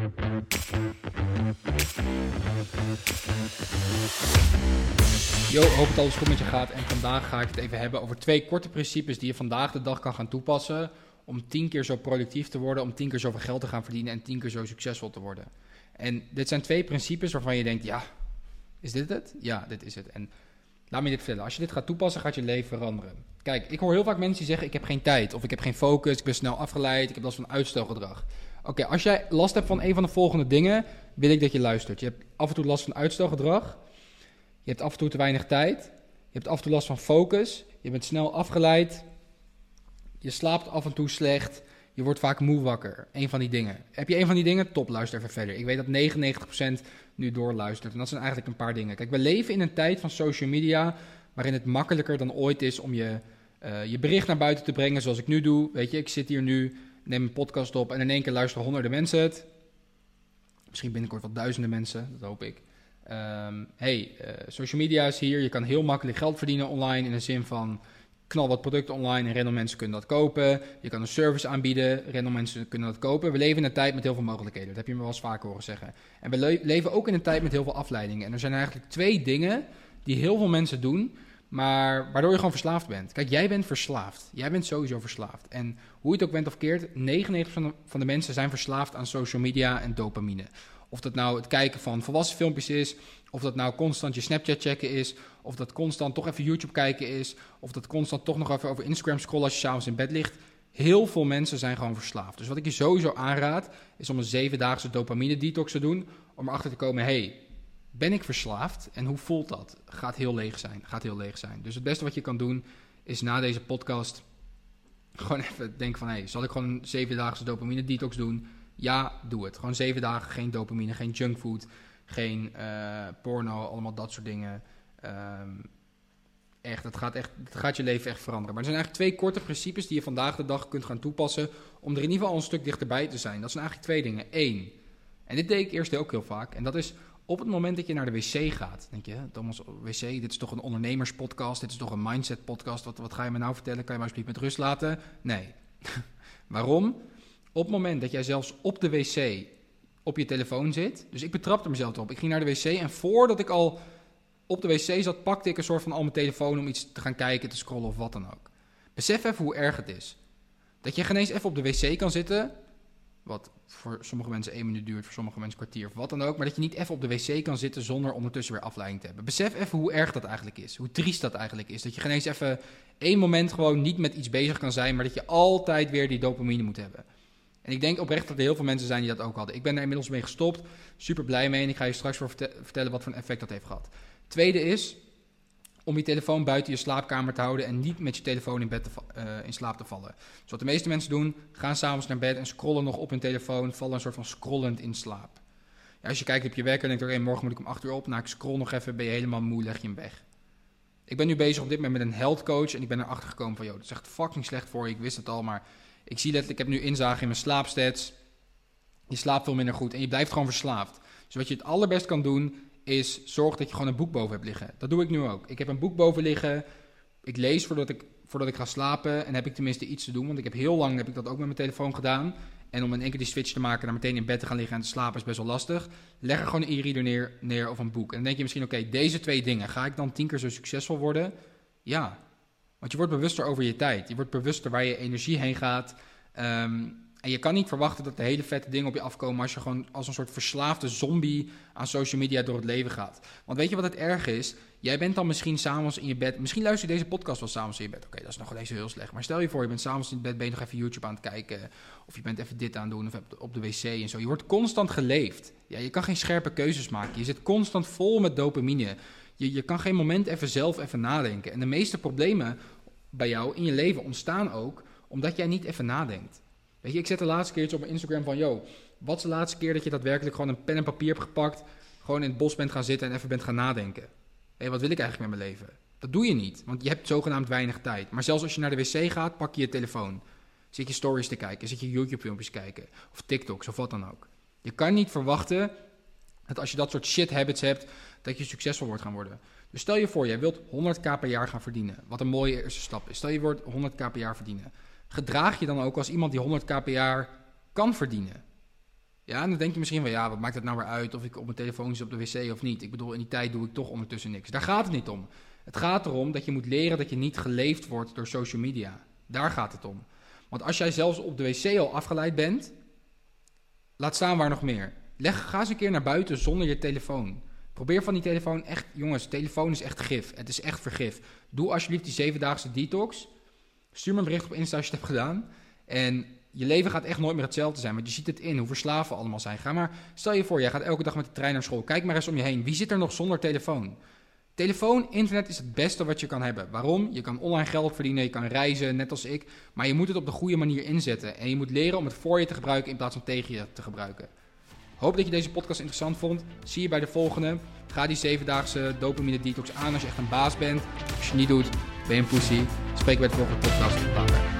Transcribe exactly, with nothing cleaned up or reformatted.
Yo, hoop dat alles goed met je gaat. En vandaag ga ik het even hebben over twee korte principes die je vandaag de dag kan gaan toepassen om tien keer zo productief te worden, om tien keer zoveel geld te gaan verdienen en tien keer zo succesvol te worden. En dit zijn twee principes waarvan je denkt, ja, is dit het? Ja, dit is het. En laat me dit vertellen. Als je dit gaat toepassen, gaat je leven veranderen. Kijk, ik hoor heel vaak mensen die zeggen, ik heb geen tijd, of ik heb geen focus, ik ben snel afgeleid, ik heb last van uitstelgedrag. Oké, okay, als jij last hebt van een van de volgende dingen, wil ik dat je luistert. Je hebt af en toe last van uitstelgedrag. Je hebt af en toe te weinig tijd. Je hebt af en toe last van focus. Je bent snel afgeleid. Je slaapt af en toe slecht. Je wordt vaak moe wakker. Eén van die dingen. Heb je één van die dingen? Top, luister even verder. Ik weet dat negenennegentig procent nu doorluistert. En dat zijn eigenlijk een paar dingen. Kijk, we leven in een tijd van social media waarin het makkelijker dan ooit is om je, uh, je bericht naar buiten te brengen zoals ik nu doe. Weet je, ik zit hier nu, neem een podcast op en in één keer luisteren honderden mensen het. Misschien binnenkort wel duizenden mensen, dat hoop ik. Um, hey, uh, social media is hier. Je kan heel makkelijk geld verdienen online in de zin van knal wat producten online en random mensen kunnen dat kopen. Je kan een service aanbieden, random mensen kunnen dat kopen. We leven in een tijd met heel veel mogelijkheden. Dat heb je me wel eens vaker horen zeggen. En we le- leven ook in een tijd met heel veel afleidingen. En er zijn eigenlijk twee dingen die heel veel mensen doen, maar waardoor je gewoon verslaafd bent. Kijk, jij bent verslaafd. Jij bent sowieso verslaafd. En hoe je het ook bent of keert, negenennegentig procent van de mensen zijn verslaafd aan social media en dopamine. Of dat nou het kijken van volwassen filmpjes is, of dat nou constant je Snapchat checken is, of dat constant toch even YouTube kijken is, of dat constant toch nog even over Instagram scrollen als je s'avonds in bed ligt. Heel veel mensen zijn gewoon verslaafd. Dus wat ik je sowieso aanraad, is om een zevendaagse dopamine detox te doen, om erachter te komen, hey, ben ik verslaafd? En hoe voelt dat? Gaat heel leeg zijn. Gaat heel leeg zijn. Dus het beste wat je kan doen, is na deze podcast gewoon even denken van, hey, zal ik gewoon een zevendaagse dopamine detox doen? Ja, doe het. Gewoon zeven dagen, geen dopamine, geen junkfood, geen uh, porno, allemaal dat soort dingen. Um, echt, het gaat echt, het gaat je leven echt veranderen. Maar er zijn eigenlijk twee korte principes die je vandaag de dag kunt gaan toepassen om er in ieder geval een stuk dichterbij te zijn. Dat zijn eigenlijk twee dingen. Eén, en dit deed ik eerst ook heel vaak, en dat is op het moment dat je naar de wc gaat. Denk je, Thomas, wc, dit is toch een ondernemerspodcast, dit is toch een mindset podcast, wat, wat ga je me nou vertellen? Kan je me alsjeblieft met rust laten? Nee. Waarom? Op het moment dat jij zelfs op de wc op je telefoon zit. Dus ik betrapte mezelf erop. Ik ging naar de wc en voordat ik al op de wc zat, pakte ik een soort van al mijn telefoon om iets te gaan kijken, te scrollen of wat dan ook. Besef even hoe erg het is. Dat je geen eens even op de wc kan zitten. Wat voor sommige mensen één minuut duurt, voor sommige mensen een kwartier of wat dan ook. Maar dat je niet even op de wc kan zitten zonder ondertussen weer afleiding te hebben. Besef even hoe erg dat eigenlijk is. Hoe triest dat eigenlijk is. Dat je geen eens even één moment gewoon niet met iets bezig kan zijn, maar dat je altijd weer die dopamine moet hebben. En ik denk oprecht dat er heel veel mensen zijn die dat ook hadden. Ik ben er inmiddels mee gestopt. Super blij mee. En ik ga je straks voor vertellen wat voor een effect dat heeft gehad. Tweede is om je telefoon buiten je slaapkamer te houden en niet met je telefoon in, bed te va- uh, in slaap te vallen. Dus wat de meeste mensen doen, gaan s'avonds naar bed en scrollen nog op hun telefoon, vallen een soort van scrollend in slaap. Ja, als je kijkt op je wekker en denkt, oké, okay, morgen moet ik om acht uur op. Nou, ik scroll nog even, ben je helemaal moe, leg je hem weg. Ik ben nu bezig op dit moment met een health coach en ik ben erachter gekomen van, joh, dat is echt fucking slecht voor je. Ik wist het al, maar ik zie letterlijk, ik heb nu inzage in mijn slaapstats. Je slaapt veel minder goed en je blijft gewoon verslaafd. Dus wat je het allerbest kan doen, is zorg dat je gewoon een boek boven hebt liggen. Dat doe ik nu ook. Ik heb een boek boven liggen. Ik lees voordat ik, voordat ik ga slapen. En heb ik tenminste iets te doen. Want ik heb heel lang heb ik dat ook met mijn telefoon gedaan. En om in één keer die switch te maken naar meteen in bed te gaan liggen en te slapen is best wel lastig. Leg er gewoon een e-reader neer, neer of een boek. En dan denk je misschien, oké, okay, deze twee dingen, ga ik dan tien keer zo succesvol worden? Ja. Want je wordt bewuster over je tijd. Je wordt bewuster waar je energie heen gaat. Um, En je kan niet verwachten dat de hele vette dingen op je afkomen als je gewoon als een soort verslaafde zombie aan social media door het leven gaat. Want weet je wat het erg is? Jij bent dan misschien s'avonds in je bed, misschien luister je deze podcast wel s'avonds in je bed. Oké, okay, dat is nog ineens heel slecht. Maar stel je voor, je bent s'avonds in bed, ben je nog even YouTube aan het kijken. Of je bent even dit aan het doen, of op de wc en zo. Je wordt constant geleefd. Ja, je kan geen scherpe keuzes maken. Je zit constant vol met dopamine. Je, je kan geen moment even zelf even nadenken. En de meeste problemen bij jou in je leven ontstaan ook omdat jij niet even nadenkt. Weet je, ik zet de laatste keer iets op mijn Instagram van, yo, wat is de laatste keer dat je daadwerkelijk gewoon een pen en papier hebt gepakt, gewoon in het bos bent gaan zitten en even bent gaan nadenken? Hé, hey, wat wil ik eigenlijk met mijn leven? Dat doe je niet, want je hebt zogenaamd weinig tijd. Maar zelfs als je naar de wc gaat, pak je je telefoon. Zit je stories te kijken, zit je YouTube-filmpjes kijken, of TikToks, of wat dan ook. Je kan niet verwachten dat als je dat soort shit habits hebt, dat je succesvol wordt gaan worden. Dus stel je voor, jij wilt honderdduizend per jaar gaan verdienen, wat een mooie eerste stap is. Stel je wordt honderdduizend per jaar verdienen. Gedraag je dan ook als iemand die honderdduizend per jaar kan verdienen. Ja, en dan denk je misschien van, ja, wat maakt het nou weer uit of ik op mijn telefoon zit op de wc of niet? Ik bedoel, in die tijd doe ik toch ondertussen niks. Daar gaat het niet om. Het gaat erom dat je moet leren dat je niet geleefd wordt door social media. Daar gaat het om. Want als jij zelfs op de wc al afgeleid bent, laat staan waar nog meer. Leg, ga eens een keer naar buiten zonder je telefoon. Probeer van die telefoon echt... Jongens, telefoon is echt gif. Het is echt vergif. Doe alsjeblieft die zevendaagse detox. Stuur me een bericht op Insta als je het hebt gedaan. En je leven gaat echt nooit meer hetzelfde zijn. Want je ziet het in, hoe verslaafd we allemaal zijn. Ga maar, stel je voor, jij gaat elke dag met de trein naar school. Kijk maar eens om je heen. Wie zit er nog zonder telefoon? Telefoon, internet is het beste wat je kan hebben. Waarom? Je kan online geld verdienen, je kan reizen, net als ik. Maar je moet het op de goede manier inzetten. En je moet leren om het voor je te gebruiken in plaats van tegen je te gebruiken. Hoop dat je deze podcast interessant vond. Zie je bij de volgende. Ga die zevendaagse dopamine detox aan als je echt een baas bent. Als je het niet doet, ben je een pussy. Spreek bij de volgende podcast. Later.